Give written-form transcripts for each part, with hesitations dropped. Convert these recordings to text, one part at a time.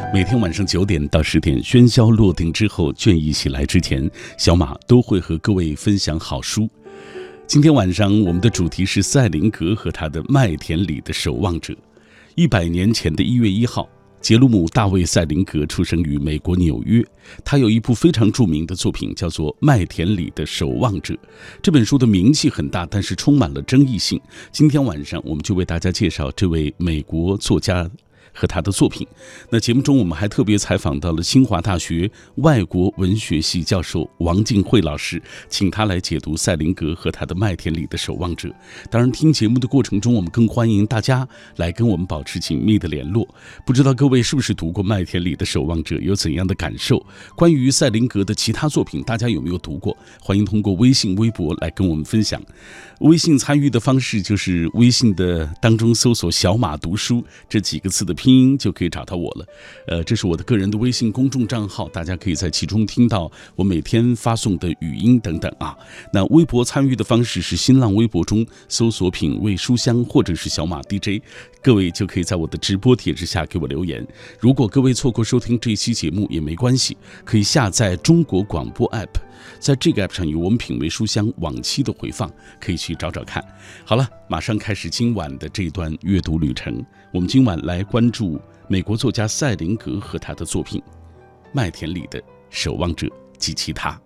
每天晚上9点到10点，喧嚣落定之后，倦意袭来之前，小马都会和各位分享好书。今天晚上我们的主题是赛林格和他的麦田里的守望者。100年前的1月1号，杰鲁姆·大卫·赛林格出生于美国纽约。他有一部非常著名的作品，叫做《麦田里的守望者》。这本书的名气很大，但是充满了争议性。今天晚上我们就为大家介绍这位美国作家和他的作品。那节目中我们还特别采访到了清华大学外国文学系教授王静慧老师，请他来解读赛林格和他的麦田里的守望者。当然听节目的过程中，我们更欢迎大家来跟我们保持紧密的联络。不知道各位是不是读过麦田里的守望者，有怎样的感受？关于赛林格的其他作品大家有没有读过？欢迎通过微信微博来跟我们分享。微信参与的方式就是微信的当中搜索小马读书这几个字的拼音就可以找到我了。这是我的个人的微信公众账号，大家可以在其中听到我每天发送的语音等等啊。那微博参与的方式是新浪微博中搜索品味书香或者是小马 DJ， 各位就可以在我的直播帖之下给我留言。如果各位错过收听这一期节目也没关系，可以下载中国广播 app， 在这个 app 上有我们品味书香往期的回放，可以去找找看。好了，马上开始今晚的这段阅读旅程。我们今晚来关注美国作家赛林格和他的作品《麦田里的守望者》及其他。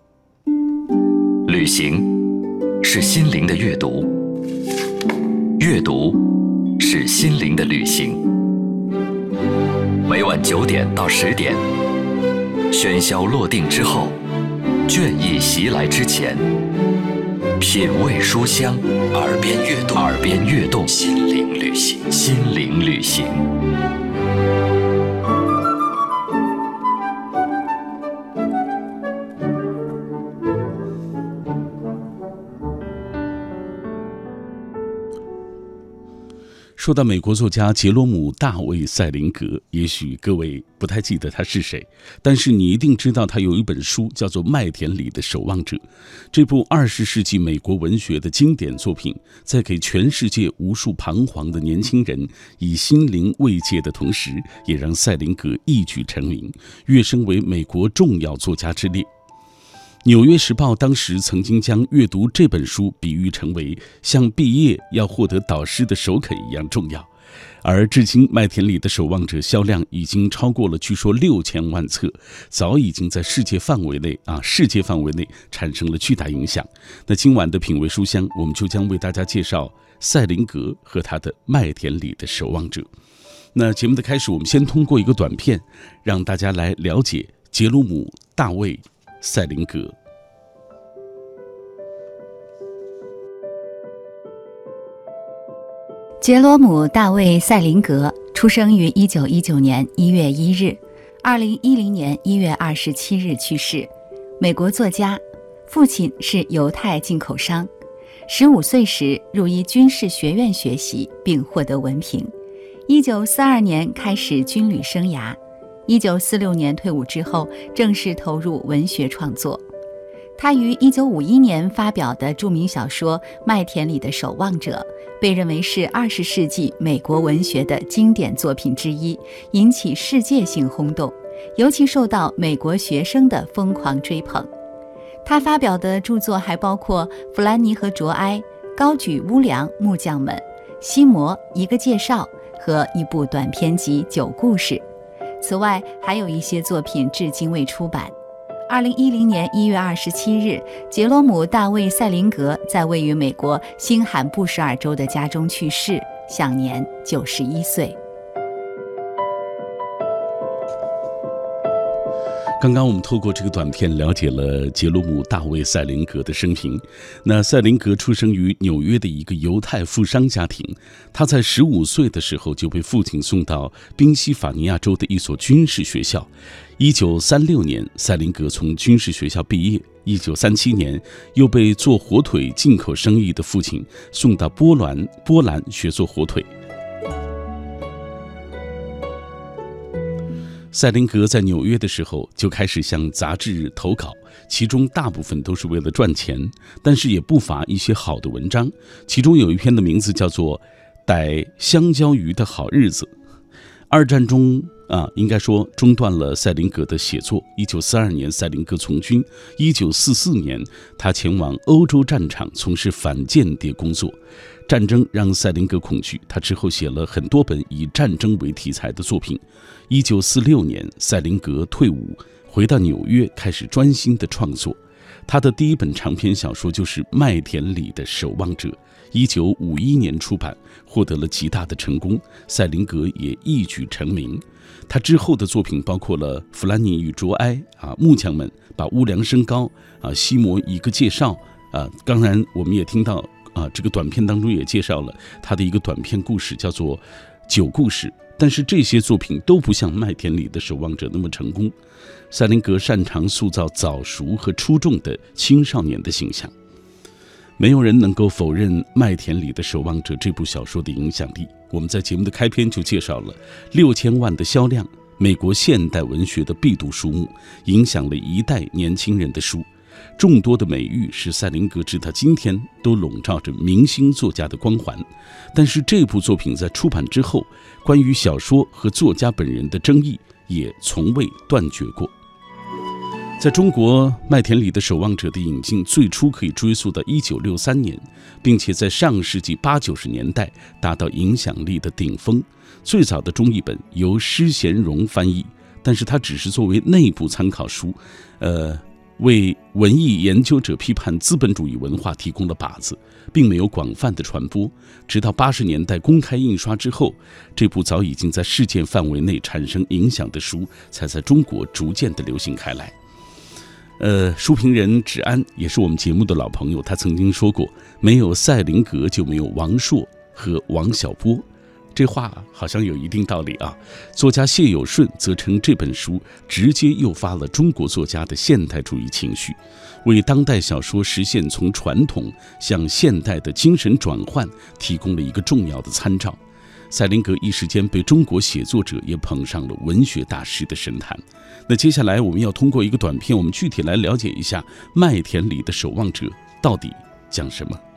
旅行是心灵的阅读，阅读是心灵的旅行。每晚9点到10点，喧嚣落定之后，倦意袭来之前，品味书香，耳边跃动，心灵旅行，心灵旅行。 说到美国作家杰罗姆·大卫·赛林格，也许各位不太记得他是谁，但是你一定知道他有一本书叫做《麦田里的守望者》。这部20世纪美国文学的经典作品，在给全世界无数彷徨的年轻人以心灵慰藉的同时，也让赛林格一举成名，跃升为美国重要作家之列。纽约时报当时曾经将阅读这本书比喻成为像毕业要获得导师的首肯一样重要，而至今麦田里的守望者销量已经超过了据说6000万册，早已经在世界范围内产生了巨大影响。那今晚的品味书香，我们就将为大家介绍赛林格和他的麦田里的守望者。那节目的开始，我们先通过一个短片让大家来了解杰鲁姆·大卫·赛林格。 杰罗姆·大卫·赛林格出生于1919年1月1日，2010年1月27日去世。美国作家，父亲是犹太进口商。15岁时入医军事学院学习，并获得文凭。1942年开始军旅生涯。1946年退伍之后，正式投入文学创作。他于1951年发表的著名小说《麦田里的守望者》被认为是20世纪美国文学的经典作品之一，引起世界性轰动，尤其受到美国学生的疯狂追捧。他发表的著作还包括《弗兰尼和卓埃》、《高举屋梁木匠们》、《西摩一个介绍》和一部短篇集《9故事》。此外，还有一些作品至今未出版。2010年1月27日，杰罗姆·大卫·赛林格在位于美国新罕布什尔州的家中去世，享年91岁。 刚刚我们透过这个短片了解了杰罗姆·大卫·赛林格的生平。那赛林格出生于纽约的一个犹太富商家庭，他在15岁的时候就被父亲送到宾夕法尼亚州的一所军事学校。1936年，赛林格从军事学校毕业。1937年，又被做火腿进口生意的父亲送到波兰学做火腿。赛林格在纽约的时候就开始向杂志投稿，其中大部分都是为了赚钱，但是也不乏一些好的文章。其中有一篇的名字叫做《逮香蕉鱼的好日子》。二战中应该说中断了塞林格的写作。1942年塞林格从军，1944年他前往欧洲战场从事反间谍工作。战争让塞林格恐惧，他之后写了很多本以战争为题材的作品。1946年塞林格退伍，回到纽约开始专心的创作。他的第一本长篇小说就是《麦田里的守望者》，1951年出版，获得了极大的成功，塞林格也一举成名。他之后的作品包括了《弗兰尼与卓埃》木匠们把屋梁升高西摩一个介绍当然我们也听到这个短片当中也介绍了他的一个短篇故事，叫做《酒故事》。但是这些作品都不像《麦田里的守望者》那么成功。塞林格擅长塑造早熟和出众的青少年的形象。没有人能够否认《麦田里的守望者》这部小说的影响力。我们在节目的开篇就介绍了6000万的销量，美国现代文学的必读书目，影响了一代年轻人的书。众多的美誉使塞林格直到今天都笼罩着明星作家的光环。但是这部作品在出版之后，关于小说和作家本人的争议也从未断绝过。在中国，《麦田里的守望者》的引进最初可以追溯到1963年，并且在上世纪80、90年代达到影响力的顶峰。最早的中译本由施贤荣翻译，但是它只是作为内部参考书，为文艺研究者批判资本主义文化提供了靶子，并没有广泛的传播。直到80年代公开印刷之后，这部早已经在世界范围内产生影响的书才在中国逐渐的流行开来。书评人芷安也是我们节目的老朋友，他曾经说过，没有塞林格就没有王朔和王小波。这话好像有一定道理啊。作家谢有顺则称这本书直接诱发了中国作家的现代主义情绪，为当代小说实现从传统向现代的精神转换提供了一个重要的参照。塞林格一时间被中国写作者也捧上了文学大师的神坛。那接下来我们要通过一个短片，我们具体来了解一下《麦田里的守望者》到底讲什么。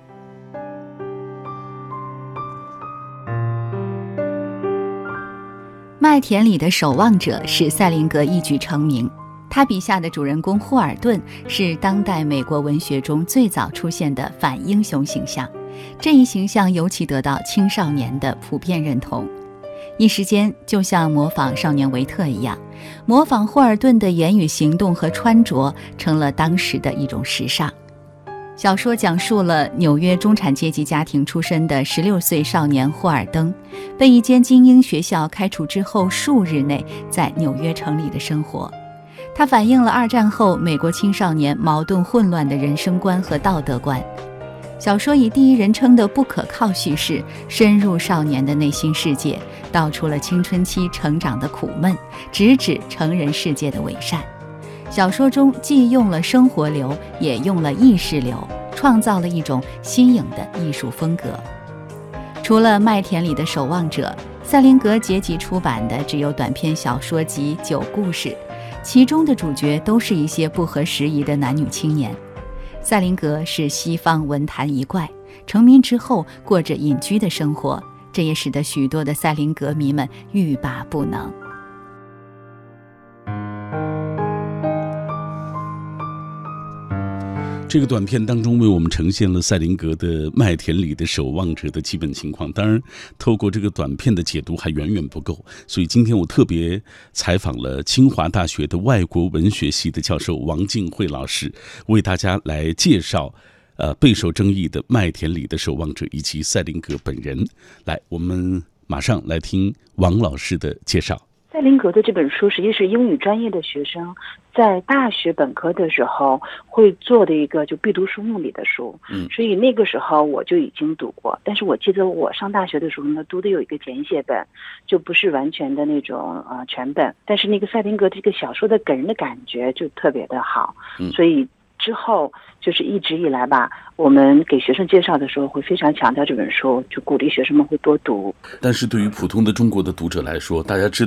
麦田里的守望者使塞林格一举成名。他笔下的主人公霍尔顿是当代美国文学中最早出现的反英雄形象，这一形象尤其得到青少年的普遍认同。一时间，就像模仿少年维特一样，模仿霍尔顿的言语行动和穿着成了当时的一种时尚。小说讲述了纽约中产阶级家庭出身的16岁少年霍尔登，被一间精英学校开除之后数日内在纽约城里的生活。它反映了2战后美国青少年矛盾混乱的人生观和道德观。小说以第一人称的不可靠叙事，深入少年的内心世界，道出了青春期成长的苦闷，直指成人世界的伪善。小说中既用了生活流，也用了意识流，创造了一种新颖的艺术风格。除了《麦田里的守望者》，塞林格结集出版的只有短篇小说集《酒故事》，其中的主角都是一些不合时宜的男女青年。塞林格是西方文坛一怪，成名之后过着隐居的生活，这也使得许多的塞林格迷们欲罢不能。 这个短片当中为我们呈现了塞林格的《麦田里的守望者》的基本情况，当然透过这个短片的解读还远远不够，所以今天我特别采访了清华大学的外国文学系的教授王静慧老师，为大家来介绍备受争议的《麦田里的守望者》以及塞林格本人。来，我们马上来听王老师的介绍。 塞林格的这本书实际是英语专业的学生在大学本科的时候会做的一个就必读书目里的书，所以那个时候我就已经读过。但是我记得我上大学的时候呢，读的有一个简写本，就不是完全的那种全本。但是那个塞林格这个小说的给人的感觉就特别的好，所以之后就是一直以来吧，我们给学生介绍的时候会非常强调这本书，就鼓励学生们会多读。 但是对于普通的中国的读者来说，大家知道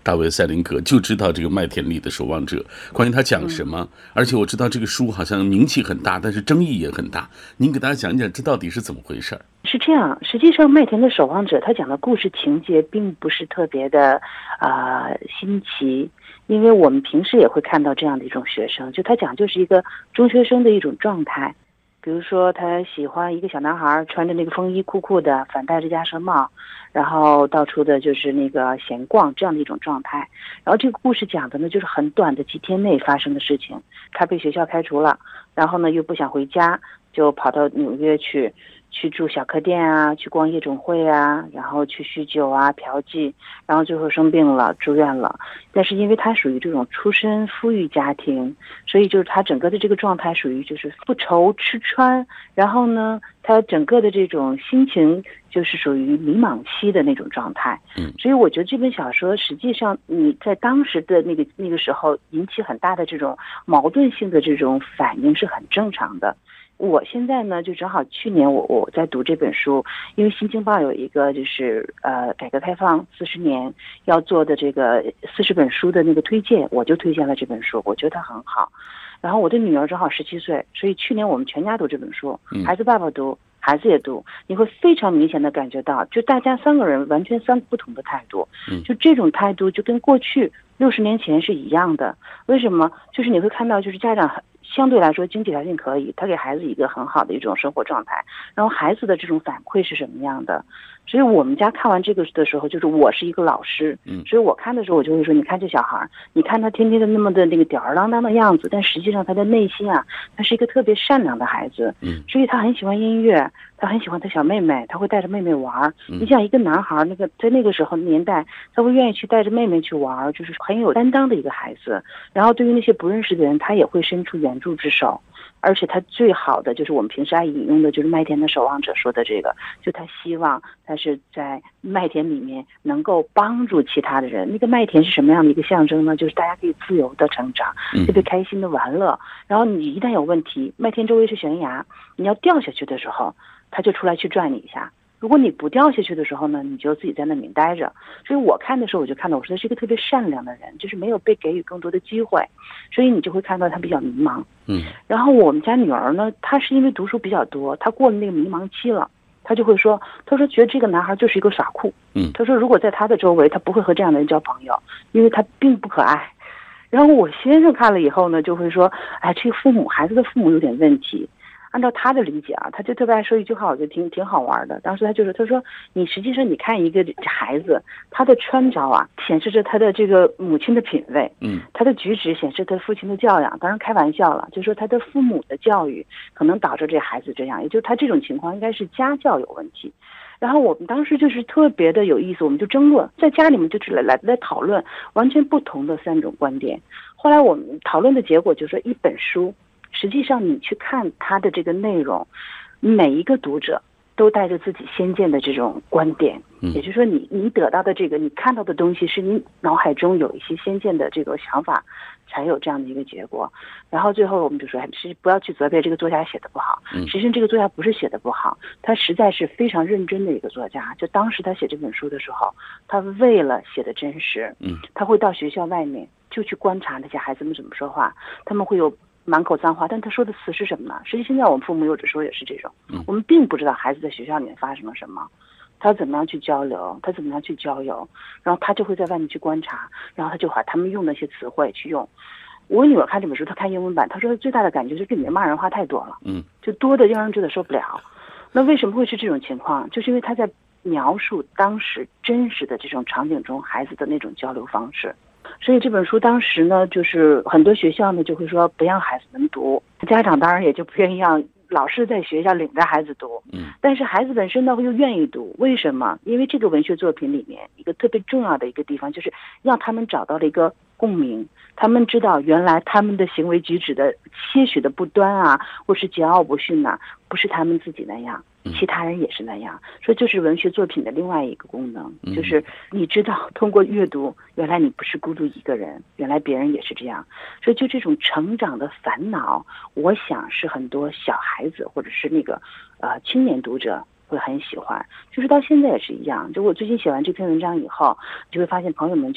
大卫·赛林格，就知道这个麦田里的守望者，关于他讲什么。而且我知道这个书好像名气很大，但是争议也很大。您给大家讲讲这到底是怎么回事？ 是这样，实际上麦田的守望者他讲的故事情节并不是特别的新奇，因为我们平时也会看到这样的一种学生，就他讲就是一个中学生的一种状态。比如说他喜欢一个小男孩穿着那个风衣酷酷的，反戴着鸭舌帽，然后到处的就是那个闲逛这样的一种状态。然后这个故事讲的呢就是很短的几天内发生的事情。他被学校开除了，然后呢又不想回家，就跑到纽约去住小客店啊，去逛夜总会啊，然后去酗酒啊、嫖妓，然后最后生病了，住院了。但是因为他属于这种出身富裕家庭，所以就是他整个的这个状态属于就是不愁吃穿，然后呢，他整个的这种心情就是属于迷茫期的那种状态。所以我觉得这本小说实际上你在当时的那个时候引起很大的这种矛盾性的这种反应是很正常的。我现在呢，就正好去年我在读这本书，因为《新京报》有一个就是改革开放40年要做的这个40本书的那个推荐，我就推荐了这本书，我觉得它很好。然后我的女儿正好17岁，所以去年我们全家读这本书，孩子爸爸读，孩子也读，你会非常明显的感觉到，就大家3个人完全3个不同的态度，就这种态度就跟过去60年前是一样的。为什么？就是你会看到，就是家长相对来说经济条件可以，他给孩子一个很好的一种生活状态，然后孩子的这种反馈是什么样的。所以我们家看完这个的时候，就是我是一个老师，所以我看的时候我就会说，你看这小孩，你看他天天的那么的那个吊儿郎当的样子，但实际上他的内心啊，他是一个特别善良的孩子，所以他很喜欢音乐，他很喜欢他小妹妹，他会带着妹妹玩。你想一个男孩，那个在那个时候年代，他会愿意去带着妹妹去玩，就是很有担当的一个孩子。然后对于那些不认识的人，他也会伸出援助之手。而且他最好的就是我们平时爱引用的，就是麦田的守望者说的这个，就他希望他是在麦田里面能够帮助其他的人。那个麦田是什么样的一个象征呢？就是大家可以自由的成长，特别开心的玩乐。然后你一旦有问题，麦田周围是悬崖，你要掉下去的时候，他就出来去拽你一下。如果你不掉下去的时候呢，你就自己在那里待着。所以我看的时候，我就看到我说他是一个特别善良的人，就是没有被给予更多的机会，所以你就会看到他比较迷茫。然后我们家女儿呢，她是因为读书比较多，她过了那个迷茫期了，她就会说，她说觉得这个男孩就是一个耍酷。她说如果在他的周围，他不会和这样的人交朋友，因为他并不可爱。然后我先生看了以后呢，就会说，哎，这个孩子的父母有点问题。按照他的理解啊，他就特别爱说一句话，我觉得挺好玩的。当时他说你实际上你看一个孩子，他的穿着啊，显示着他的这个母亲的品味，他的举止显示他父亲的教养。当然开玩笑了，就说他的父母的教育可能导致这孩子这样，也就是他这种情况应该是家教有问题。然后我们当时就是特别的有意思，我们就争论，在家里面就是来讨论完全不同的3种观点。后来我们讨论的结果就是说，一本书实际上你去看它的这个内容，每一个读者都带着自己先见的这种观点，也就是说你得到的这个你看到的东西是你脑海中有一些先见的这个想法才有这样的一个结果。然后最后我们就说，其实不要去责备这个作家写的不好，实际上这个作家不是写的不好，他实在是非常认真的一个作家。就当时他写这本书的时候，他为了写的真实，他会到学校外面就去观察那些孩子们怎么说话，他们会有满口脏话，但他说的词是什么呢？实际现在我们父母有的时候也是这种，我们并不知道孩子在学校里面发生了什么，他怎么样去交流，他怎么样去交友，然后他就会在外面去观察，然后他就把他们用那些词汇去用。我女儿看这本书，她看英文版，她说最大的感觉就是这里面骂人话太多了，就多的让人觉得受不了。那为什么会是这种情况？就是因为他在描述当时真实的这种场景中孩子的那种交流方式。所以这本书当时呢，就是很多学校呢就会说不让孩子们读，家长当然也就不愿意让老师在学校领着孩子读，但是孩子本身呢又愿意读。为什么？因为这个文学作品里面一个特别重要的一个地方，就是让他们找到了一个共鸣，他们知道原来他们的行为举止的些许的不端啊，或是桀骜不驯啊，不是他们自己那样，其他人也是那样。所以就是文学作品的另外一个功能，就是你知道通过阅读，原来你不是孤独一个人，原来别人也是这样。所以就这种成长的烦恼，我想是很多小孩子或者是那个青年读者会很喜欢。就是到现在也是一样，就我最近写完这篇文章以后，就会发现朋友们就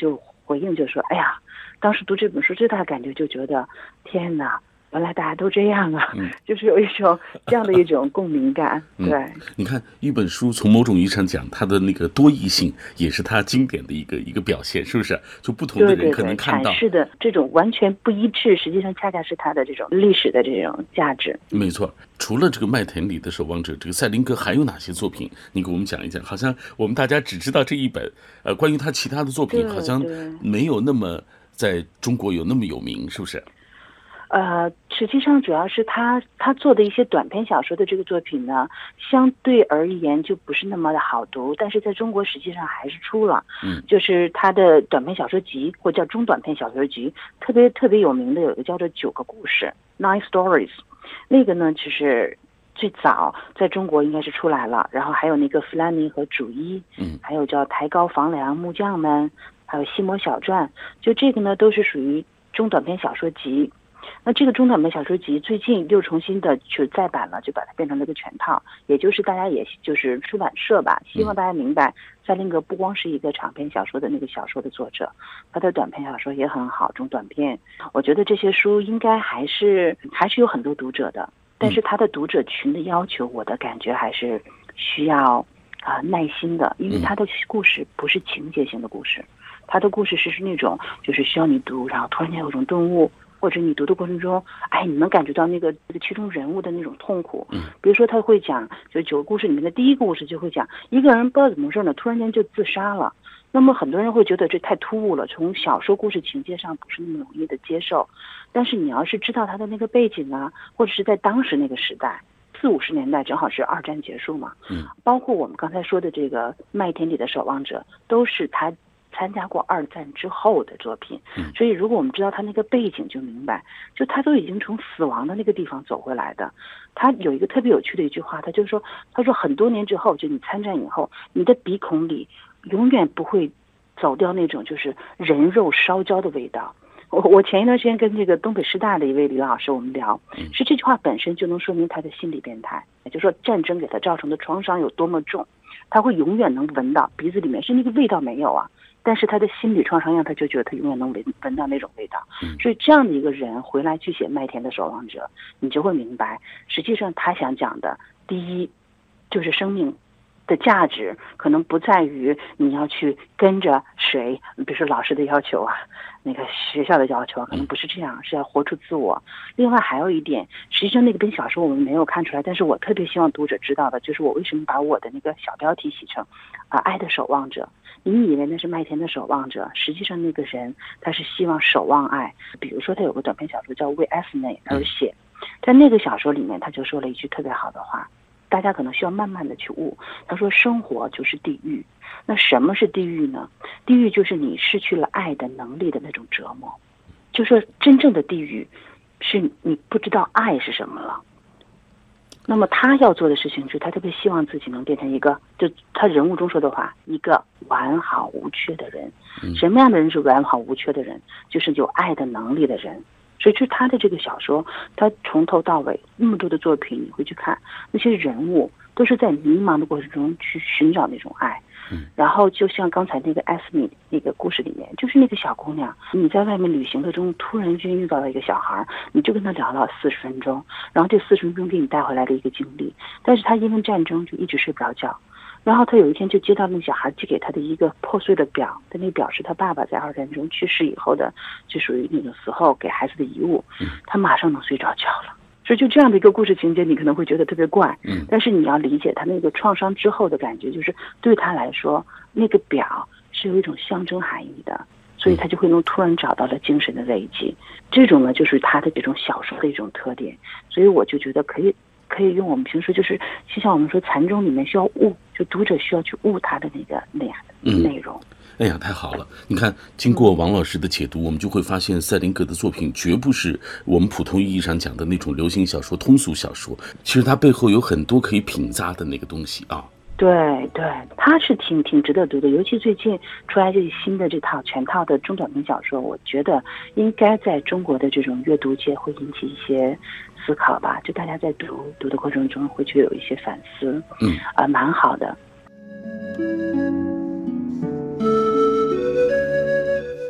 回应就说，哎呀，当时读这本书最大的感觉就觉得，天哪，原来大家都这样啊，就是有一种这样的一种共鸣感。对， 你看一本书从某种意义上讲，它的那个多义性也是它经典的一个表现，是不是？就不同的人可能看到阐释的这种完全不一致，实际上恰恰是它的这种历史的这种价值。 没错，除了这个麦田里的守望者，这个赛林格还有哪些作品？你给我们讲一讲。好像我们大家只知道这一本，关于他其他的作品好像没有那么在中国有那么有名，是不是？ 实际上主要是他做的一些短篇小说的这个作品呢，相对而言就不是那么的好读，但是在中国实际上还是出了，就是他的短篇小说集或叫中短篇小说集，特别有名的有一个叫做9个故事 Nine Stories， 那个呢就是最早在中国应该是出来了，然后还有那个弗兰尼和主一，还有叫抬高房梁木匠们，还有西摩小传，就这个呢都是属于中短篇小说集。那这个中短篇小说集最近又重新的去再版了，就把它变成了一个全套，也就是大家也就是出版社吧，希望大家明白，赛林格不光是一个长篇小说的那个小说的作者，他的短篇小说也很好，中短篇，我觉得这些书应该还是有很多读者的，但是他的读者群的要求，我的感觉还是需要耐心的，因为他的故事不是情节性的故事，他的故事是那种就是需要你读，然后突然间有种顿悟。或者你读的过程中，你能感觉到那个其中人物的那种痛苦。比如说他会讲，就9个故事里面的第一个故事就会讲一个人不知道怎么回事呢，突然间就自杀了。那么很多人会觉得这太突兀了，从小说故事情节上不是那么容易的接受。但是你要是知道他的那个背景啊，或者是在当时那个时代，40、50年代正好是2战结束嘛，包括我们刚才说的这个麦田里的守望者，都是他参加过2战之后的作品，所以如果我们知道他那个背景，就明白，就他都已经从死亡的那个地方走回来的。他有一个特别有趣的一句话，他说很多年之后，就你参战以后，你的鼻孔里永远不会走掉那种就是人肉烧焦的味道。我前一段时间跟这个东北师大的一位李老师我们聊，是这句话本身就能说明他的心理变态，也就是说战争给他造成的创伤有多么重，他会永远能闻到鼻子里面是那个味道没有啊，但是他的心理创伤让他就觉得他永远能闻到那种味道。所以这样的一个人回来去写麦田的守望者，你就会明白，实际上他想讲的第一就是生命的价值可能不在于你要去跟着谁，比如说老师的要求啊，那个学校的要求啊，可能不是这样，是要活出自我。另外还有一点，实际上那个本小说我们没有看出来，但是我特别希望读者知道的，就是我为什么把我的那个小标题写成爱的守望者。你以为那是麦田的守望者，实际上那个人他是希望守望爱。比如说他有个短篇小说叫为艾斯内而写，在那个小说里面他就说了一句特别好的话，大家可能需要慢慢的去悟。他说生活就是地狱。那什么是地狱呢？地狱就是你失去了爱的能力的那种折磨，就是说真正的地狱是你不知道爱是什么了。那么他要做的事情就是他特别希望自己能变成一个，就他人物中说的话，一个完好无缺的人。什么样的人是完好无缺的人？就是有爱的能力的人。所以就是他的这个小说，他从头到尾那么多的作品，你会去看那些人物都是在迷茫的过程中去寻找那种爱。然后就像刚才那个艾斯米那个故事里面，就是那个小姑娘，你在外面旅行的中突然间遇到了一个小孩，你就跟他聊了40分钟，然后这40分钟给你带回来了一个经历，但是他因为战争就一直睡不着觉。然后他有一天就接到那小孩寄给他的一个破碎的表，但那表是他爸爸在2战中去世以后的，就属于那种死后给孩子的遗物。他马上能睡着觉了。所以就这样的一个故事情节，你可能会觉得特别怪，但是你要理解他那个创伤之后的感觉，就是对他来说，那个表是有一种象征含义的，所以他就会能突然找到了精神的慰藉。这种呢，就是他的这种小说的一种特点。所以我就觉得可以用我们平时就是就像我们说禅宗里面需要悟，就读者需要去悟他的那个内容。 哎呀，太好了！你看，经过王老师的解读，我们就会发现赛林格的作品绝不是我们普通意义上讲的那种流行小说、通俗小说，其实它背后有很多可以品咂的那个东西啊。 对对，它是挺值得读的，尤其最近出来这新的这套全套的中短篇小说，我觉得应该在中国的这种阅读界会引起一些思考吧，就大家在读的过程中会去有一些反思，蛮好的。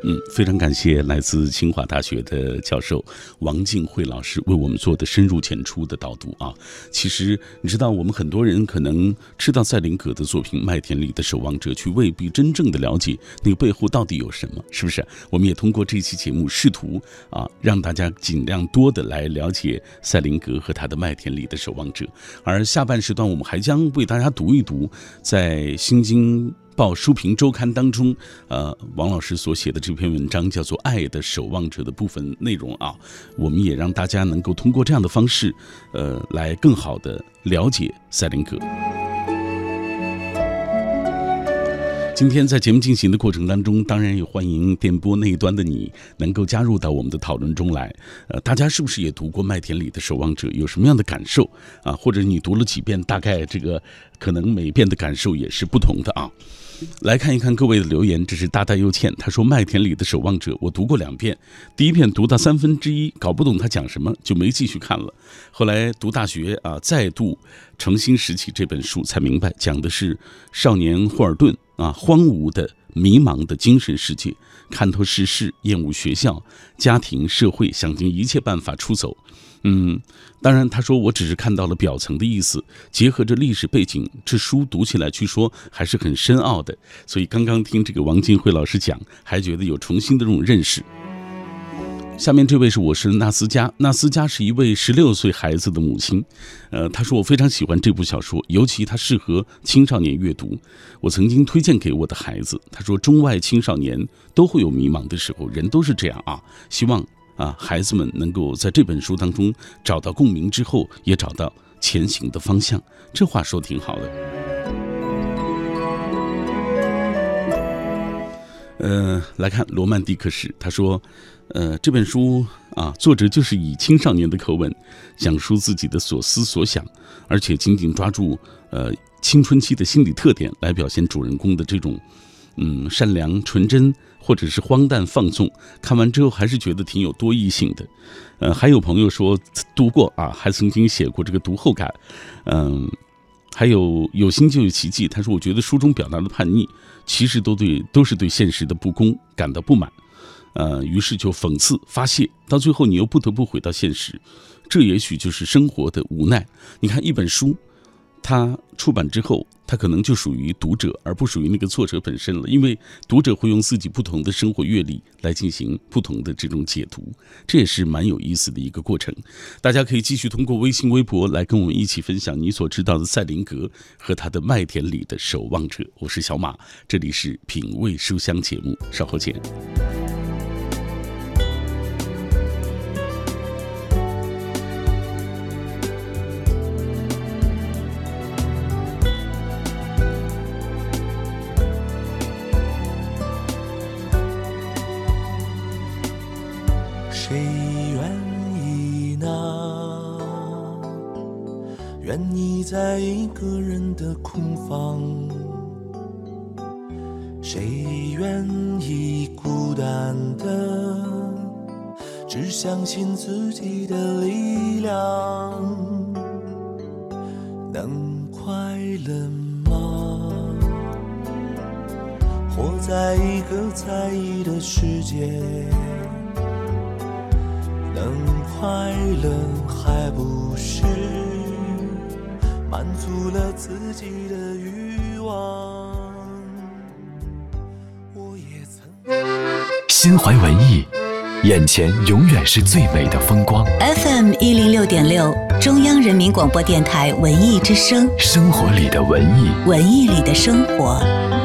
非常感谢来自清华大学的教授王静慧老师为我们做的深入浅出的导读啊。其实你知道，我们很多人可能知道赛林格的作品《麦田里的守望者》，却未必真正的了解那个背后到底有什么，是不是？我们也通过这期节目试图让大家尽量多的来了解赛林格和他的《麦田里的守望者》。而下半时段我们还将为大家读一读在新京报书评周刊当中，王老师所写的这篇文章叫做《爱的守望者》的部分内容啊，我们也让大家能够通过这样的方式，来更好的了解赛林格。今天在节目进行的过程当中，当然也欢迎电波那一端的你能够加入到我们的讨论中来。大家是不是也读过《麦田里的守望者》？有什么样的感受啊？或者你读了几遍，大概这个可能每遍的感受也是不同的啊。来看一看各位的留言，这是大大又倩，他说《麦田里的守望者》我读过2遍，第一遍读到1/3，搞不懂他讲什么，就没继续看了。后来读大学再度重新拾起这本书，才明白讲的是少年霍尔顿荒芜的迷茫的精神世界，看透世事，厌恶学校、家庭、社会，想尽一切办法出走。当然他说我只是看到了表层的意思，结合着历史背景，这书读起来据说还是很深奥的，所以刚刚听这个王金慧老师讲，还觉得有重新的这种认识。下面这位是我是纳斯加，纳斯加是一位16岁孩子的母亲，她说我非常喜欢这部小说，尤其它适合青少年阅读，我曾经推荐给我的孩子。她说中外青少年都会有迷茫的时候，人都是这样希望孩子们能够在这本书当中找到共鸣之后，也找到前行的方向。这话说挺好的。来看罗曼蒂克史，他说这本书作者就是以青少年的口吻讲述自己的所思所想，而且紧紧抓住青春期的心理特点来表现主人公的这种善良纯真或者是荒诞放纵，看完之后还是觉得挺有多义性的。还有朋友说读过还曾经写过这个读后感。还有心就有奇迹，他说我觉得书中表达的叛逆其实都是对现实的不公感到不满，于是就讽刺发泄，到最后你又不得不回到现实，这也许就是生活的无奈。你看一本书它出版之后，它可能就属于读者，而不属于那个作者本身了，因为读者会用自己不同的生活阅历来进行不同的这种解读，这也是蛮有意思的一个过程。大家可以继续通过微信微博来跟我们一起分享你所知道的赛林格和他的麦田里的守望者。我是小马，这里是品味书香节目，稍后见。 谁愿意呢？愿意在一个人的空房？谁愿意孤单的只相信自己的力量？能快乐吗？活在一个在意的世界，能快乐还不是满足了自己的欲望？我也曾心怀文艺，眼前永远是最美的风光。 FM 106.6中央人民广播电台文艺之声， 生活里的文艺， 文艺里的生活。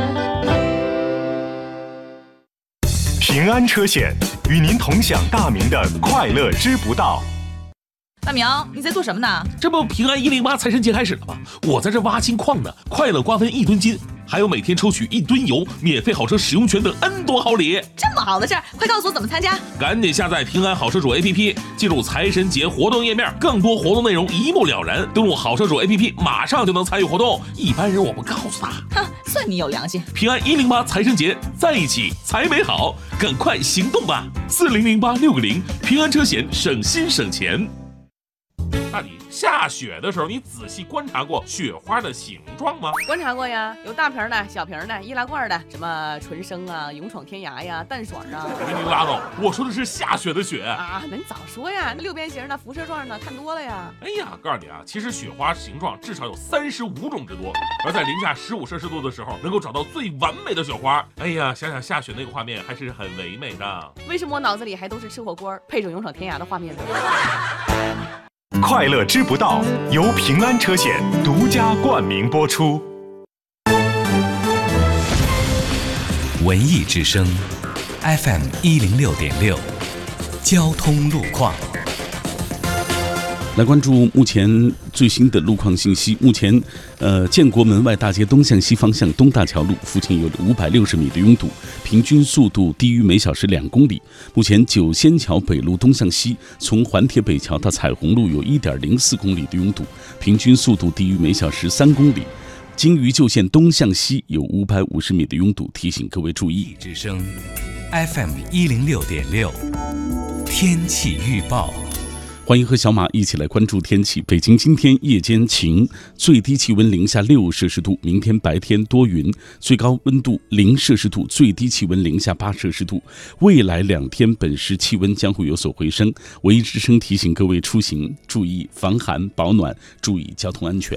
平安车险与您同享大明的快乐知不道。 大明，你在做什么呢？ 这不平安108财神节开始了吗？我在这挖金矿呢，快乐瓜分1吨金，还有每天抽取1吨油、免费好车使用权等 N 多好礼。 这么好的事儿，快告诉我怎么参加！ 赶紧下载平安好车主 APP， 进入财神节活动页面，更多活动内容一目了然。登录好车主 APP， 马上就能参与活动。一般人我不告诉他。 哼，算你有良心。 平安108财神节，在一起才美好，赶快行动吧！400860，平安车险省心省钱。 大李，下雪的时候，你仔细观察过雪花的形状吗？ 观察过呀，有大瓶的、小瓶的、易拉罐的，什么纯生啊、勇闯天涯呀、淡爽啊。 你拉倒，我说的是下雪的雪啊！那你早说呀，那六边形的、辐射状的，看多了呀。 哎呀，告诉你啊，其实雪花形状至少有35种之多，而在零下15摄氏度的时候，能够找到最完美的雪花。哎呀，想想下雪那个画面还是很唯美的。 为什么我脑子里还都是吃火锅配着勇闯天涯的画面呢？ 快乐知不道由平安车险独家冠名播出。 文艺之声 FM 106.6，交通路况。 来关注目前最新的路况信息。目前，建国门外大街东向西方向东大桥路附近有560米的拥堵，平均速度低于每小时2公里。目前九仙桥北路东向西，从环铁北桥到彩虹路有1.04公里的拥堵，平均速度低于每小时3公里。金鱼旧线东向西有550米的拥堵，提醒各位注意。 之声 FM 106.6，天气预报。 欢迎和小马一起来关注天气。北京今天夜间晴，最低气温零下6摄氏度；明天白天多云，最高温度0摄氏度，最低气温零下8摄氏度。未来2天本市气温将会有所回升。文艺之声提醒各位出行注意防寒保暖，注意交通安全。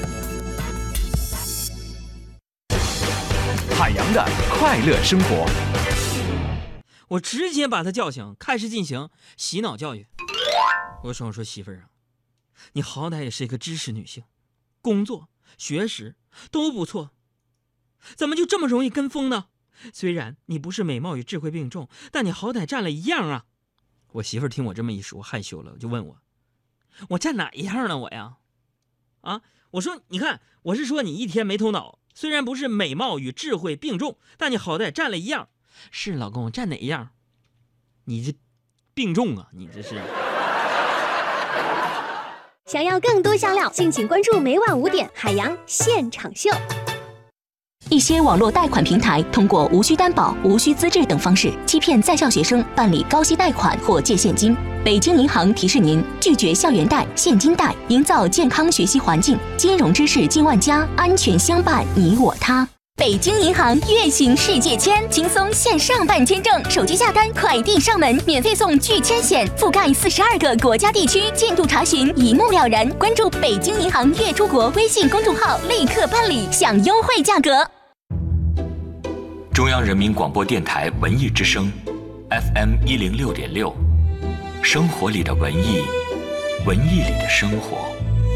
海洋的快乐生活， 我直接把他叫醒，开始进行洗脑教育。我说媳妇儿啊，你好歹也是一个知识女性，工作学识都不错，怎么就这么容易跟风呢？虽然你不是美貌与智慧并重，但你好歹占了一样啊。我媳妇儿听我这么一说害羞了，就问我占哪一样了我呀？啊，我说你看，我是说你一天没头脑，虽然不是美貌与智慧并重，但你好歹占了一样。是老公，我占哪一样？你这并重啊，你这是。 想要更多香料，敬请关注每晚5点海洋现场秀。 一些网络贷款平台通过无需担保、无需资质等方式欺骗在校学生办理高息贷款或借现金。北京银行提示您，拒绝校园贷、现金贷，营造健康学习环境，金融知识进万家，安全相伴你我他。北京银行月行世界签，轻松线上办签证，手机下单，快递上门，免费送拒签险，覆盖42个国家地区，进度查询一目了然。关注北京银行月出国微信公众号，立刻办理，享优惠价格。 中央人民广播电台文艺之声 FM 106.6，生活里的文艺，文艺里的生活。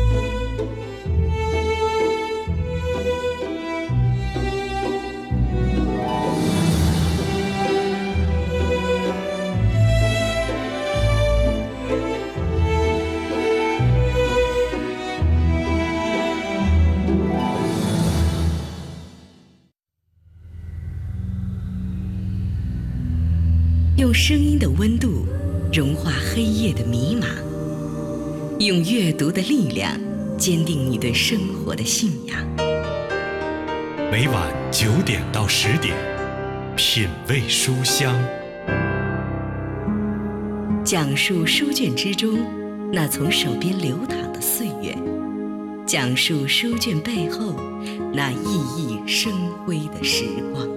用声音的温度融化黑夜的迷茫，用阅读的力量坚定你对生活的信仰。 每晚9点到10点，品味书香， 讲述书卷之中那从手边流淌的岁月，讲述书卷背后那熠熠生辉的时光。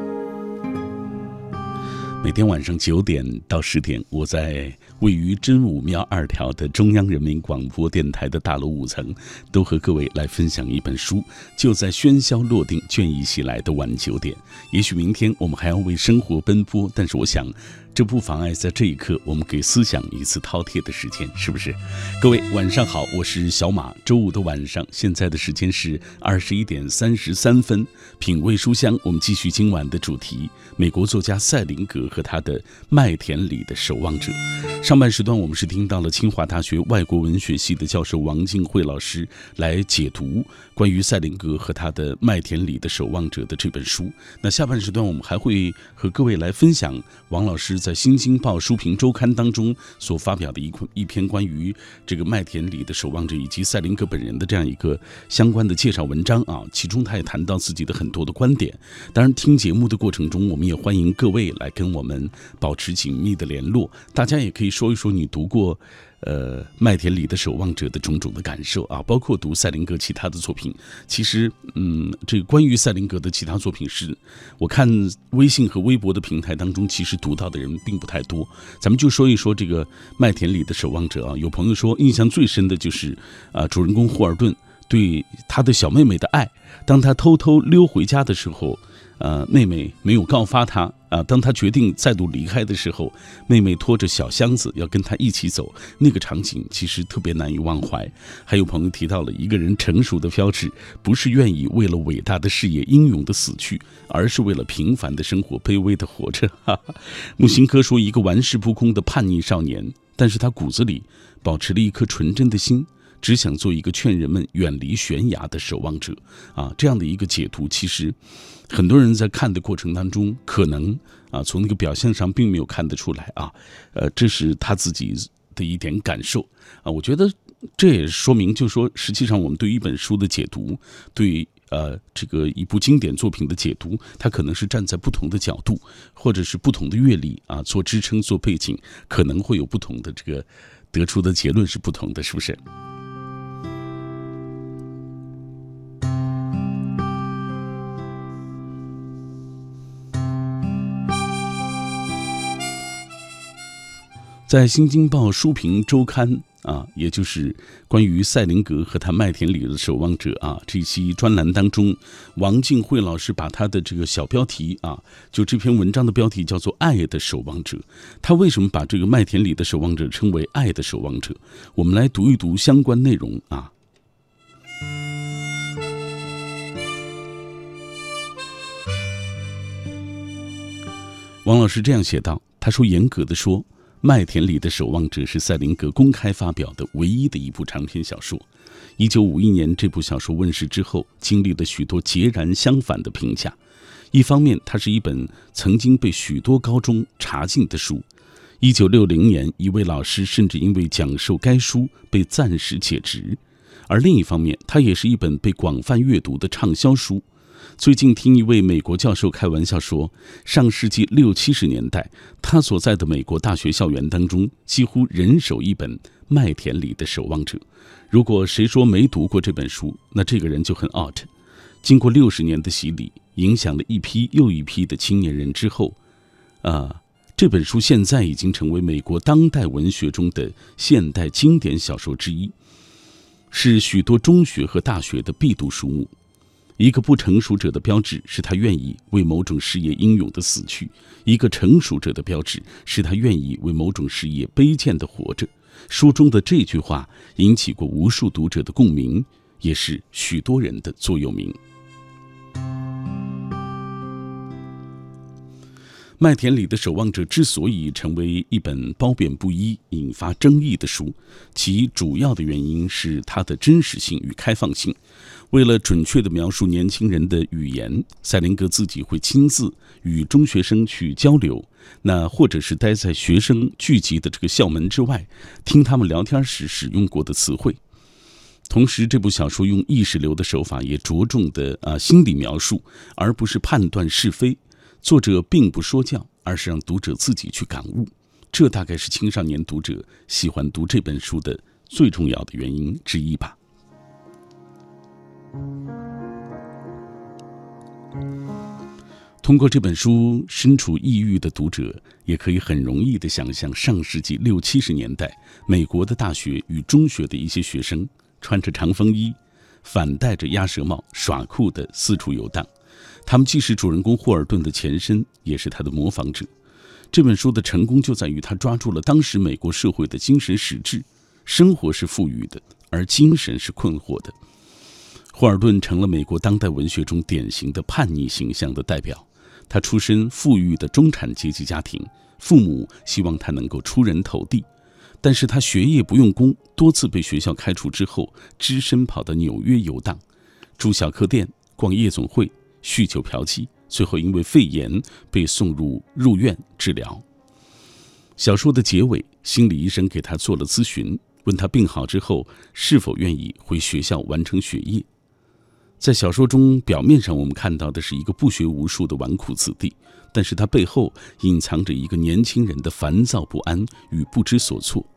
每天晚上9点到10点，我在位于真武庙2条的中央人民广播电台的大楼5层，都和各位来分享一本书。就在喧嚣落定、倦意袭来的晚9点，也许明天我们还要为生活奔波，但是我想，这不妨碍在这一刻，我们给思想一次饕餮的时间，是不是？各位晚上好，我是小马。周五的晚上，现在的时间是21点33分。品味书香，我们继续今晚的主题：美国作家塞林格和他的《麦田里的守望者》。上半时段，我们是听到了清华大学外国文学系的教授王静慧老师来解读关于塞林格和他的《麦田里的守望者》的这本书。那下半时段，我们还会和各位来分享王老师在《新京报书评周刊》当中所发表的一篇关于这个麦田里的守望者以及塞林格本人的这样一个相关的介绍文章啊，其中他也谈到自己的很多的观点。当然，听节目的过程中，我们也欢迎各位来跟我们保持紧密的联络。大家也可以说一说你读过麦田里的守望者的种种的感受啊，包括读赛林格其他的作品。其实，这个关于赛林格的其他作品是，我看微信和微博的平台当中，其实读到的人并不太多。咱们就说一说这个麦田里的守望者啊。有朋友说，印象最深的就是主人公霍尔顿对他的小妹妹的爱。当他偷偷溜回家的时候，妹妹没有告发他啊。当他决定再度离开的时候，妹妹拖着小箱子要跟他一起走，那个场景其实特别难以忘怀。还有朋友提到了一个人成熟的标志，不是愿意为了伟大的事业英勇的死去，而是为了平凡的生活卑微的活着。木心科说，一个玩世不恭的叛逆少年，但是他骨子里保持了一颗纯真的心，只想做一个劝人们远离悬崖的守望者啊。这样的一个解读，其实很多人在看的过程当中，可能从那个表象上并没有看得出来啊。这是他自己的一点感受啊。我觉得这也说明，就是说，实际上我们对一本书的解读，对这个一部经典作品的解读，它可能是站在不同的角度，或者是不同的阅历啊做支撑、做背景，可能会有不同的这个得出的结论是不同的，是不是？在《新京报书评周刊》也就是关于赛林格和他麦田里的守望者这期专栏当中，王静慧老师把他的这个小标题就这篇文章的标题叫做《爱的守望者》。他为什么把这个麦田里的守望者称为爱的守望者？我们来读一读相关内容王老师这样写道，他说，严格的说，麦田里的守望者是赛林格公开发表的唯一的一部长篇小说。1951年这部小说问世之后，经历了许多截然相反的评价。一方面，它是一本曾经被许多高中查禁的书。1960年，一位老师甚至因为讲授该书被暂时解职。而另一方面，它也是一本被广泛阅读的畅销书。最近听一位美国教授开玩笑说，上世纪60、70年代，他所在的美国大学校园当中，几乎人手一本《麦田里的守望者》。如果谁说没读过这本书，那这个人就很 out。经过60年的洗礼，影响了一批又一批的青年人之后，这本书现在已经成为美国当代文学中的现代经典小说之一，是许多中学和大学的必读书目。一个不成熟者的标志是他愿意为某种事业英勇的死去，一个成熟者的标志是他愿意为某种事业卑贱的活着。书中的这句话引起过无数读者的共鸣，也是许多人的座右铭。麦田里的守望者之所以成为一本褒贬不一、引发争议的书，其主要的原因是它的真实性与开放性。为了准确地描述年轻人的语言，赛林格自己会亲自与中学生去交流，那或者是待在学生聚集的这个校门之外，听他们聊天时使用过的词汇。同时，这部小说用意识流的手法也着重的心理描述，而不是判断是非。作者并不说教，而是让读者自己去感悟。这大概是青少年读者喜欢读这本书的最重要的原因之一吧。通过这本书，身处异域的读者也可以很容易地想象上世纪60、70年代美国的大学与中学的一些学生穿着长风衣，反戴着鸭舌帽，耍酷地四处游荡。他们既是主人公霍尔顿的前身，也是他的模仿者。这本书的成功就在于他抓住了当时美国社会的精神实质，生活是富裕的，而精神是困惑的。霍尔顿成了美国当代文学中典型的叛逆形象的代表。他出身富裕的中产阶级家庭，父母希望他能够出人头地，但是他学业不用功，多次被学校开除之后，只身跑到纽约游荡，住小客店，逛夜总会，酗酒嫖妓，最后因为肺炎被送入院治疗。小说的结尾，心理医生给他做了咨询，问他病好之后是否愿意回学校完成学业。在小说中，表面上我们看到的是一个不学无术的纨绔子弟，但是他背后隐藏着一个年轻人的烦躁不安与不知所措。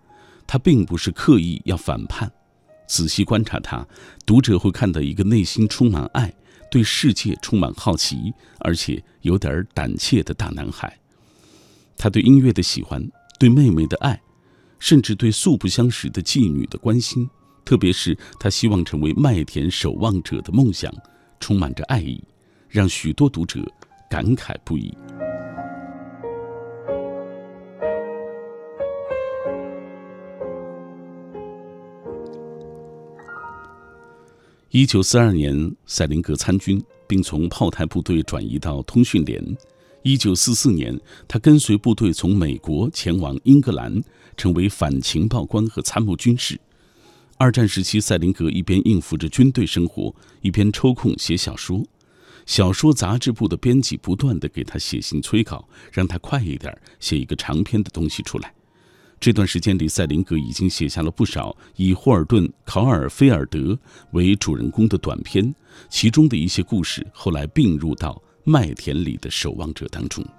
他并不是刻意要反叛。仔细观察他，读者会看到一个内心充满爱、对世界充满好奇，而且有点胆怯的大男孩。他对音乐的喜欢，对妹妹的爱，甚至对素不相识的妓女的关心，特别是他希望成为麦田守望者的梦想，充满着爱意，让许多读者感慨不已。1942年，塞林格参军，并从炮台部队转移到通讯连。1944年，他跟随部队从美国前往英格兰，成为反情报官和参谋军事。二战时期，塞林格一边应付着军队生活，一边抽空写小说。小说杂志部的编辑不断地给他写信催稿，让他快一点写一个长篇的东西出来。这段时间里，塞林格已经写下了不少以霍尔顿·考尔菲尔德为主人公的短篇，其中的一些故事后来并入到《麦田里的守望者》当中。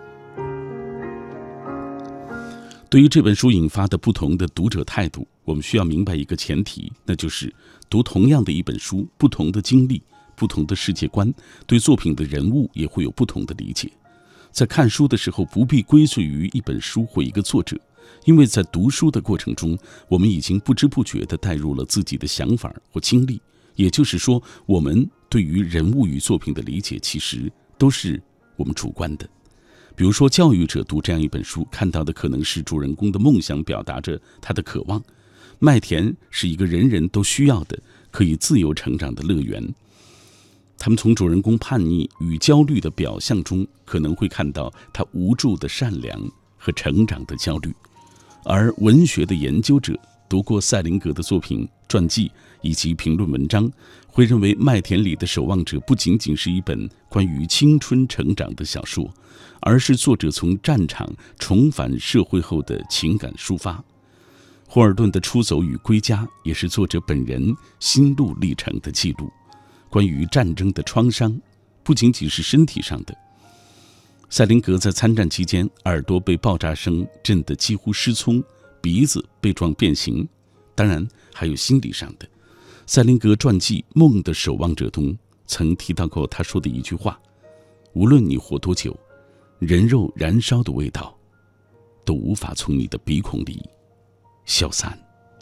对于这本书引发的不同的读者态度，我们需要明白一个前提，那就是读同样的一本书，不同的经历、不同的世界观，对作品的人物也会有不同的理解。在看书的时候，不必归罪于一本书或一个作者，因为在读书的过程中，我们已经不知不觉地带入了自己的想法或经历，也就是说，我们对于人物与作品的理解其实都是我们主观的。比如说，教育者读这样一本书，看到的可能是主人公的梦想表达着他的渴望。麦田是一个人人都需要的、可以自由成长的乐园。他们从主人公叛逆与焦虑的表象中，可能会看到他无助的善良和成长的焦虑。而文学的研究者读过塞林格的作品、传记以及评论文章，会认为《麦田里的守望者》不仅仅是一本关于青春成长的小说，而是作者从战场重返社会后的情感抒发。霍尔顿的出走与归家也是作者本人心路历程的记录。关于战争的创伤，不仅仅是身体上的。塞林格在参战期间，耳朵被爆炸声震得几乎失聪，鼻子被撞变形，当然还有心理上的。塞林格传记《梦的守望者》中曾提到过他说的一句话：无论你活多久，人肉燃烧的味道都无法从你的鼻孔里消散。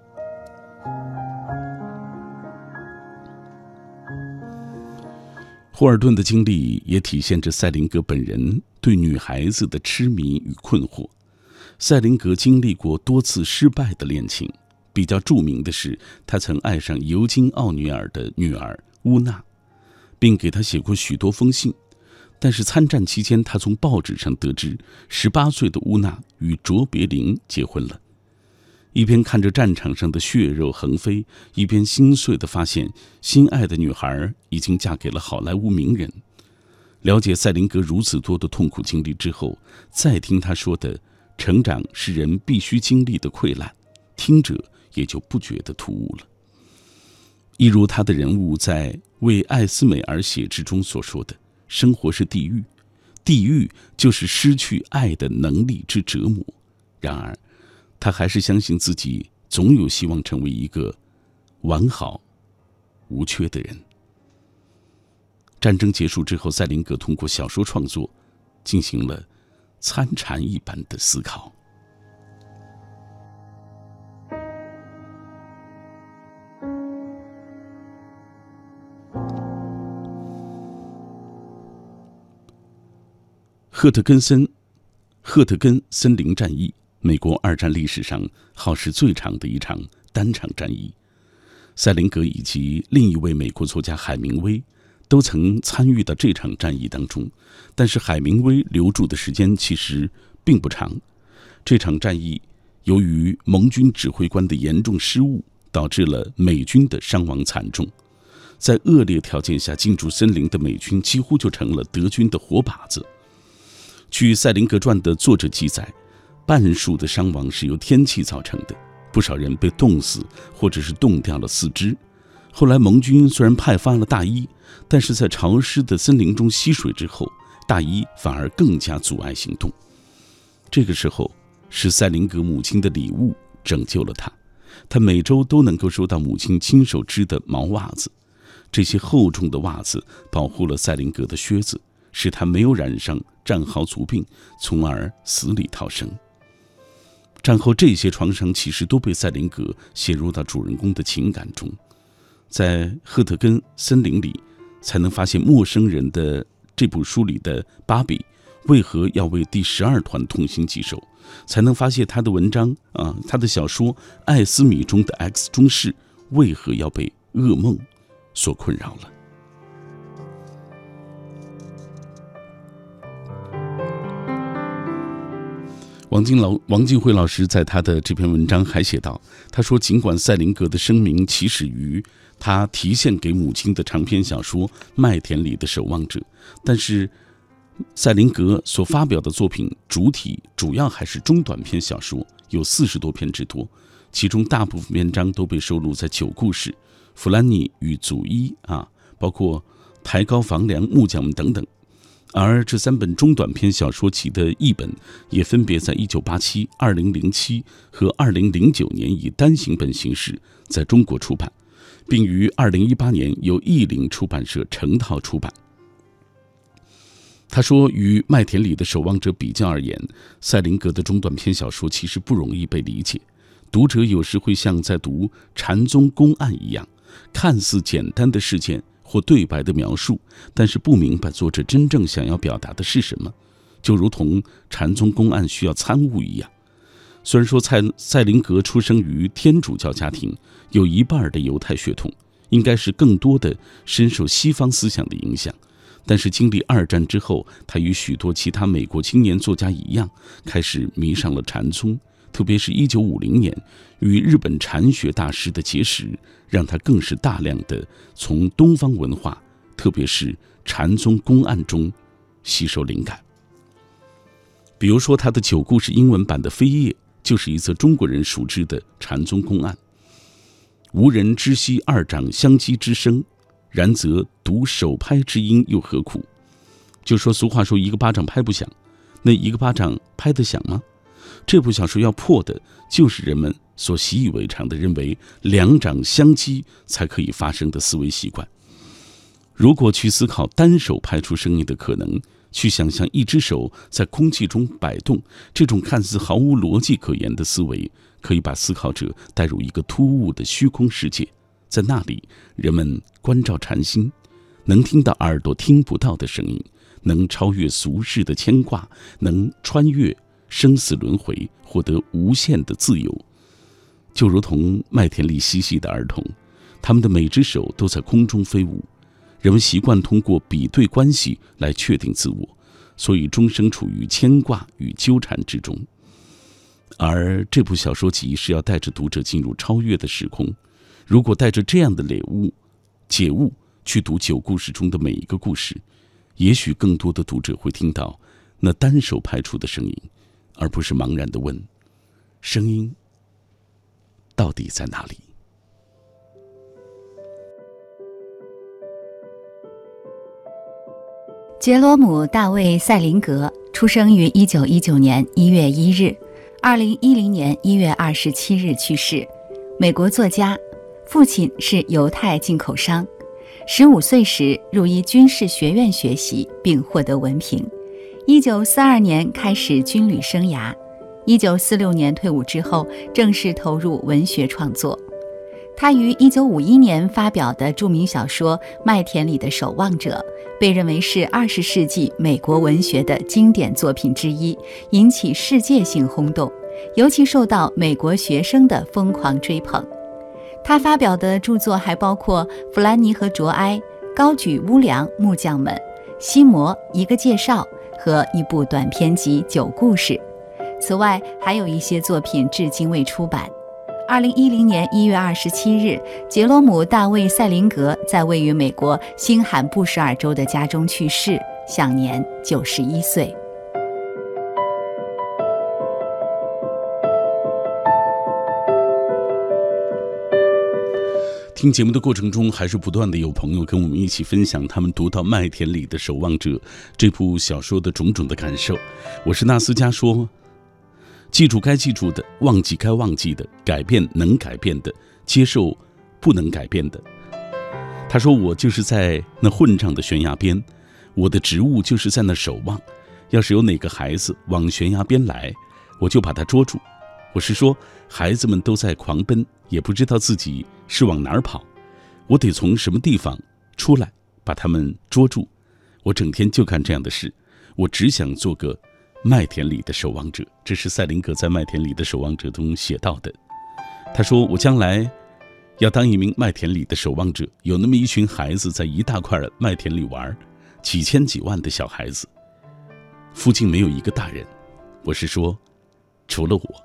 霍尔顿的经历也体现着塞林格本人对女孩子的痴迷与困惑。塞林格经历过多次失败的恋情，比较著名的是他曾爱上尤金·奥尼尔的女儿乌娜，并给她写过许多封信。但是参战期间，他从报纸上得知18岁的乌娜与卓别林结婚了。一边看着战场上的血肉横飞，一边心碎地发现心爱的女孩已经嫁给了好莱坞名人。了解塞林格如此多的痛苦经历之后，再听他说的成长是人必须经历的溃烂，听者也就不觉得突兀了。一如他的人物在为艾斯美而写之中所说的，生活是地狱，地狱就是失去爱的能力之折磨。然而他还是相信自己总有希望成为一个完好无缺的人。战争结束之后，塞林格通过小说创作进行了参禅一般的思考。赫特根森林战役，美国二战历史上耗时最长的一场单场战役。塞林格以及另一位美国作家海明威都曾参与到这场战役当中，但是海明威留驻的时间其实并不长。这场战役由于盟军指挥官的严重失误，导致了美军的伤亡惨重。在恶劣条件下进驻森林的美军几乎就成了德军的活靶子。据塞林格传的作者记载，半数的伤亡是由天气造成的，不少人被冻死或者是冻掉了四肢。后来盟军虽然派发了大衣，但是在潮湿的森林中吸水之后，大衣反而更加阻碍行动。这个时候是塞林格母亲的礼物拯救了他。他每周都能够收到母亲亲手织的毛袜子，这些厚重的袜子保护了赛林格的靴子，使他没有染上战壕族病，从而死里逃生。战后这些创伤其实都被赛林格写入到主人公的情感中。在赫特根森林里才能发现陌生人的这部书里的芭比为何要为第12团痛心疾首，才能发现他的文章他的小说《艾斯米》中的 X 中士为何要被噩梦所困扰了。王静慧老师在他的这篇文章还写道，他说尽管赛林格的声名起始于他题献给母亲的长篇小说《麦田里的守望者》，但是赛林格所发表的作品主要还是中短篇小说，有40多篇之多，其中大部分篇章都被收录在9故事、弗兰尼与祖伊包括抬高房梁、木匠们等等。而这3本中短篇小说集的译本也分别在1987、2007和2009年以单行本形式在中国出版，并于2018年由译林出版社成套出版。他说，与《麦田里的守望者》比较而言，赛林格的中短篇小说其实不容易被理解，读者有时会像在读禅宗公案一样，看似简单的事件或对白的描述，但是不明白作者真正想要表达的是什么，就如同禅宗公案需要参悟一样。虽然说赛林格出生于天主教家庭，有一半的犹太血统，应该是更多的深受西方思想的影响，但是经历2战之后，他与许多其他美国青年作家一样，开始迷上了禅宗，特别是1950年与日本禅学大师的结识，让他更是大量的从东方文化，特别是禅宗公案中吸收灵感。比如说他的9故事英文版的《扉页》就是一则中国人熟知的禅宗公案。无人知悉2掌相击之声，然则独手拍之音又何苦？就说俗话说一个巴掌拍不响，那一个巴掌拍得响吗？这部小说要破的就是人们所习以为常的认为2掌相击才可以发生的思维习惯。如果去思考单手拍出声音的可能，去想象一只手在空气中摆动，这种看似毫无逻辑可言的思维，可以把思考者带入一个突兀的虚空世界，在那里人们关照禅心，能听到耳朵听不到的声音，能超越俗世的牵挂，能穿越生死轮回，获得无限的自由。就如同麦田里嬉戏的儿童，他们的每只手都在空中飞舞。人们习惯通过比对关系来确定自我，所以终生处于牵挂与纠缠之中。而这部小说集是要带着读者进入超越的时空，如果带着这样的解悟去读9故事中的每一个故事，也许更多的读者会听到那单手拍出的声音，而不是茫然地问：声音到底在哪里？ 杰罗姆·大卫·赛林格出生于1919年1月1日，2010年1月27日去世。美国作家，父亲是犹太进口商。15岁时入医军事学院学习，并获得文凭。1942年开始军旅生涯，1946年退伍之后正式投入文学创作。他于1951年发表的著名小说《麦田里的守望者》被认为是20世纪美国文学的经典作品之一，引起世界性轰动，尤其受到美国学生的疯狂追捧。他发表的著作还包括《弗兰尼和卓埃》、《高举屋梁木匠们》、《西摩一个介绍》和一部短篇集《9故事》。此外，还有一些作品至今未出版。2010年1月27日，杰罗姆·大卫·赛林格在位于美国新罕布什尔州的家中去世，享年91岁。 听节目的过程中，还是不断的有朋友跟我们一起分享他们读到《麦田里的守望者》这部小说的种种的感受。我是纳斯加说， 记住该记住的，忘记该忘记的，改变能改变的，接受不能改变的。他说，我就是在那混账的悬崖边，我的职务就是在那守望，要是有哪个孩子往悬崖边来，我就把他捉住。我是说，孩子们都在狂奔，也不知道自己是往哪儿跑，我得从什么地方出来把他们捉住。我整天就干这样的事，我只想做个麦田里的守望者。这是赛林格在《麦田里的守望者》中写到的。他说，我将来要当一名麦田里的守望者，有那么一群孩子在一大块麦田里玩，几千几万的小孩子，附近没有一个大人，我是说除了我。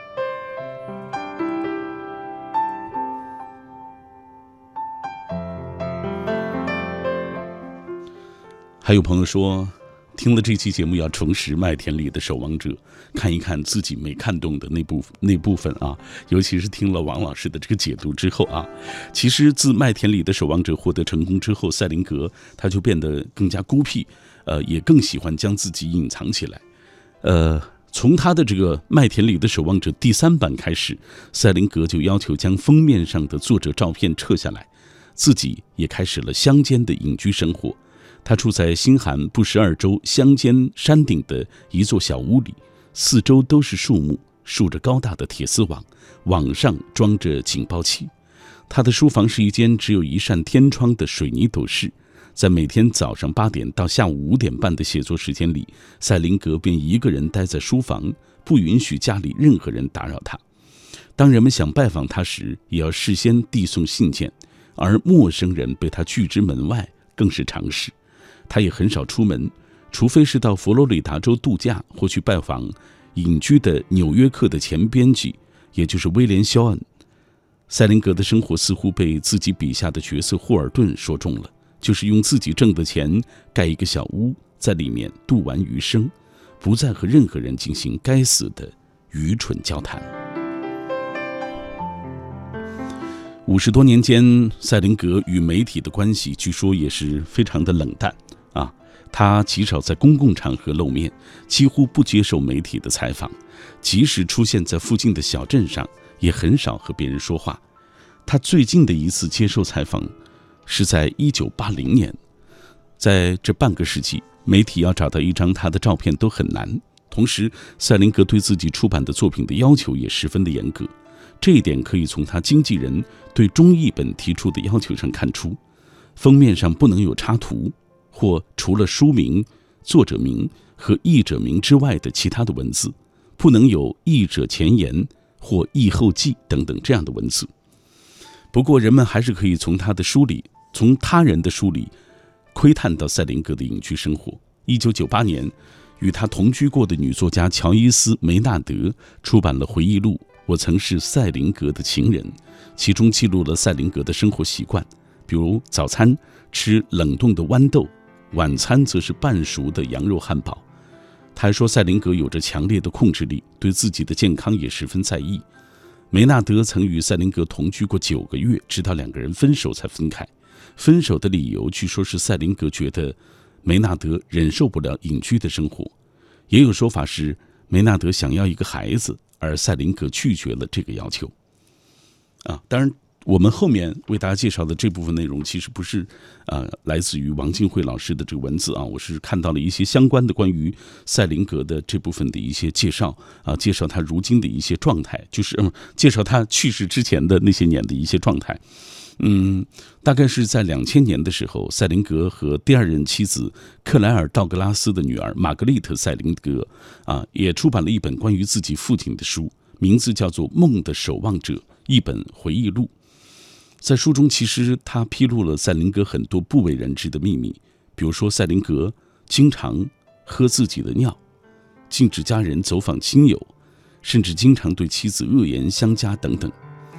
还有朋友说，听了这期节目要重拾《麦田里的守望者》，看一看自己没看懂的那部分啊，尤其是听了王老师的这个解读之后啊，其实自《麦田里的守望者》获得成功之后，赛林格他就变得更加孤僻，也更喜欢将自己隐藏起来。从他的这个《麦田里的守望者》第3版开始，赛林格就要求将封面上的作者照片撤下来，自己也开始了乡间的隐居生活。他住在新罕布什尔州乡间山顶的一座小屋里，四周都是树木，竖着高大的铁丝网，网上装着警报器。他的书房是一间只有一扇天窗的水泥斗室。在每天早上8点到下午5点半的写作时间里，赛林格便一个人待在书房，不允许家里任何人打扰他。当人们想拜访他时，也要事先递送信件，而陌生人被他拒之门外更是常事。他也很少出门，除非是到佛罗里达州度假或去拜访隐居的纽约客的前编辑，也就是威廉·肖恩。赛林格的生活似乎被自己笔下的角色霍尔顿说中了，就是用自己挣的钱盖一个小屋，在里面度完余生，不再和任何人进行该死的愚蠢交谈。50多年间，赛林格与媒体的关系据说也是非常的冷淡啊，他极少在公共场合露面，几乎不接受媒体的采访，即使出现在附近的小镇上，也很少和别人说话。他最近的一次接受采访是在1980年，在这半个世纪，媒体要找到一张他的照片都很难。同时，赛林格对自己出版的作品的要求也十分的严格，这一点可以从他经纪人对中译本提出的要求上看出。封面上不能有插图，或除了书名、作者名和译者名之外的其他的文字，不能有译者前言或译后记等等这样的文字。不过人们还是可以从他人的书里窥探到赛林格的隐居生活。1998年，与他同居过的女作家乔伊斯·梅纳德出版了回忆录《我曾是赛林格的情人》，其中记录了赛林格的生活习惯，比如早餐吃冷冻的豌豆，晚餐则是半熟的羊肉汉堡。他还说，赛林格有着强烈的控制力，对自己的健康也十分在意。梅纳德曾与赛林格同居过9个月，直到2个人分手才分开。分手的理由据说是赛林格觉得梅纳德忍受不了隐居的生活，也有说法是梅纳德想要一个孩子，而赛林格拒绝了这个要求。当然我们后面为大家介绍的这部分内容其实不是来自于王静慧老师的这个文字啊，我是看到了一些相关的关于赛林格的这部分的一些介绍啊，介绍他如今的一些状态，就是介绍他去世之前的那些年的一些状态。大概是在2000年的时候，赛林格和第2任妻子克莱尔·道格拉斯的女儿玛格丽特·赛林格也出版了一本关于自己父亲的书，名字叫做《梦的守望者》，一本回忆录。在书中，其实他披露了赛林格很多不为人知的秘密，比如说赛林格经常喝自己的尿，禁止家人走访亲友，甚至经常对妻子恶言相加等等。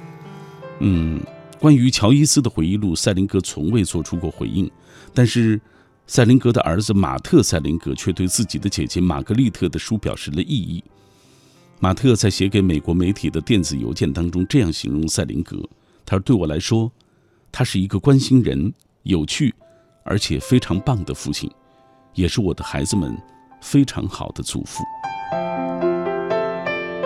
关于乔伊斯的回忆录，赛林格从未做出过回应，但是赛林格的儿子马特·赛林格却对自己的姐姐玛格丽特的书表示了异议。马特在写给美国媒体的电子邮件当中这样形容赛林格，他说，对我来说，他是一个关心人、有趣而且非常棒的父亲，也是我的孩子们非常好的祖父。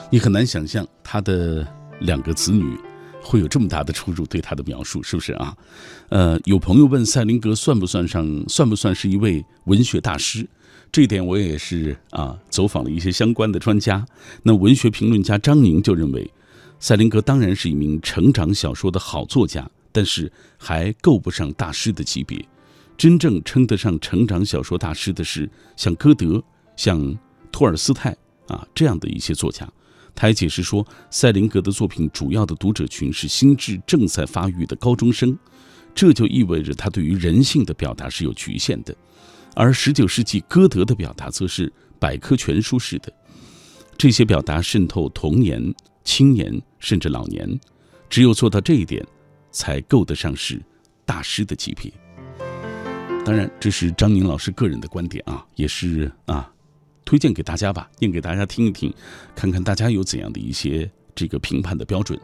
你很难想象他的2个子女会有这么大的出入，对他的描述是不是啊？有朋友问赛林格算不算是一位文学大师？这一点我也是走访了一些相关的专家。那文学评论家张宁就认为，赛林格当然是一名成长小说的好作家，但是还够不上大师的级别。真正称得上成长小说大师的是像歌德、像托尔斯泰这样的一些作家。他还解释说，赛林格的作品主要的读者群是心智正在发育的高中生，这就意味着他对于人性的表达是有局限的。而19世纪歌德的表达则是百科全书式的，这些表达渗透童年、青年甚至老年，只有做到这一点，才够得上是大师的级别。当然，这是张宁老师个人的观点也是推荐给大家吧，念给大家听一听，看看大家有怎样的一些这个评判的标准。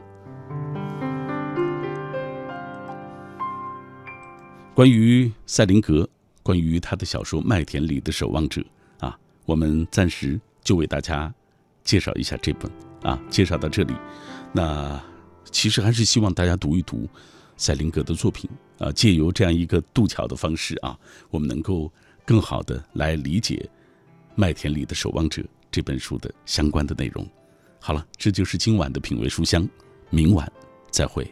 关于赛林格，关于他的小说《麦田里的守望者》我们暂时就为大家介绍一下这本介绍到这里。那其实还是希望大家读一读赛林格的作品借由这样一个渡桥的方式我们能够更好的来理解《麦田里的守望者》这本书的相关的内容。好了，这就是今晚的品味书香，明晚再会。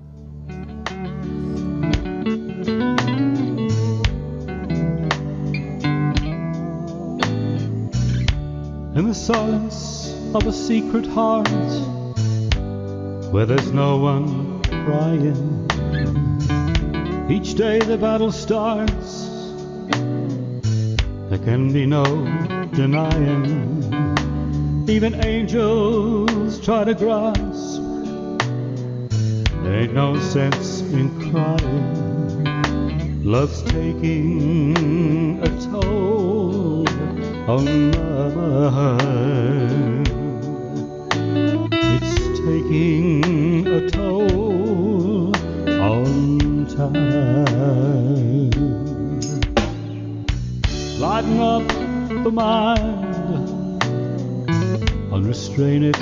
In the silence of a secret heart, where there's no one crying, each day the battle starts, there can be no denying. Even angels try to grasp, there ain't no sense in crying. Love's taking a toll on my heart. It's taking a toll on time. Lighten up the mind, unrestrained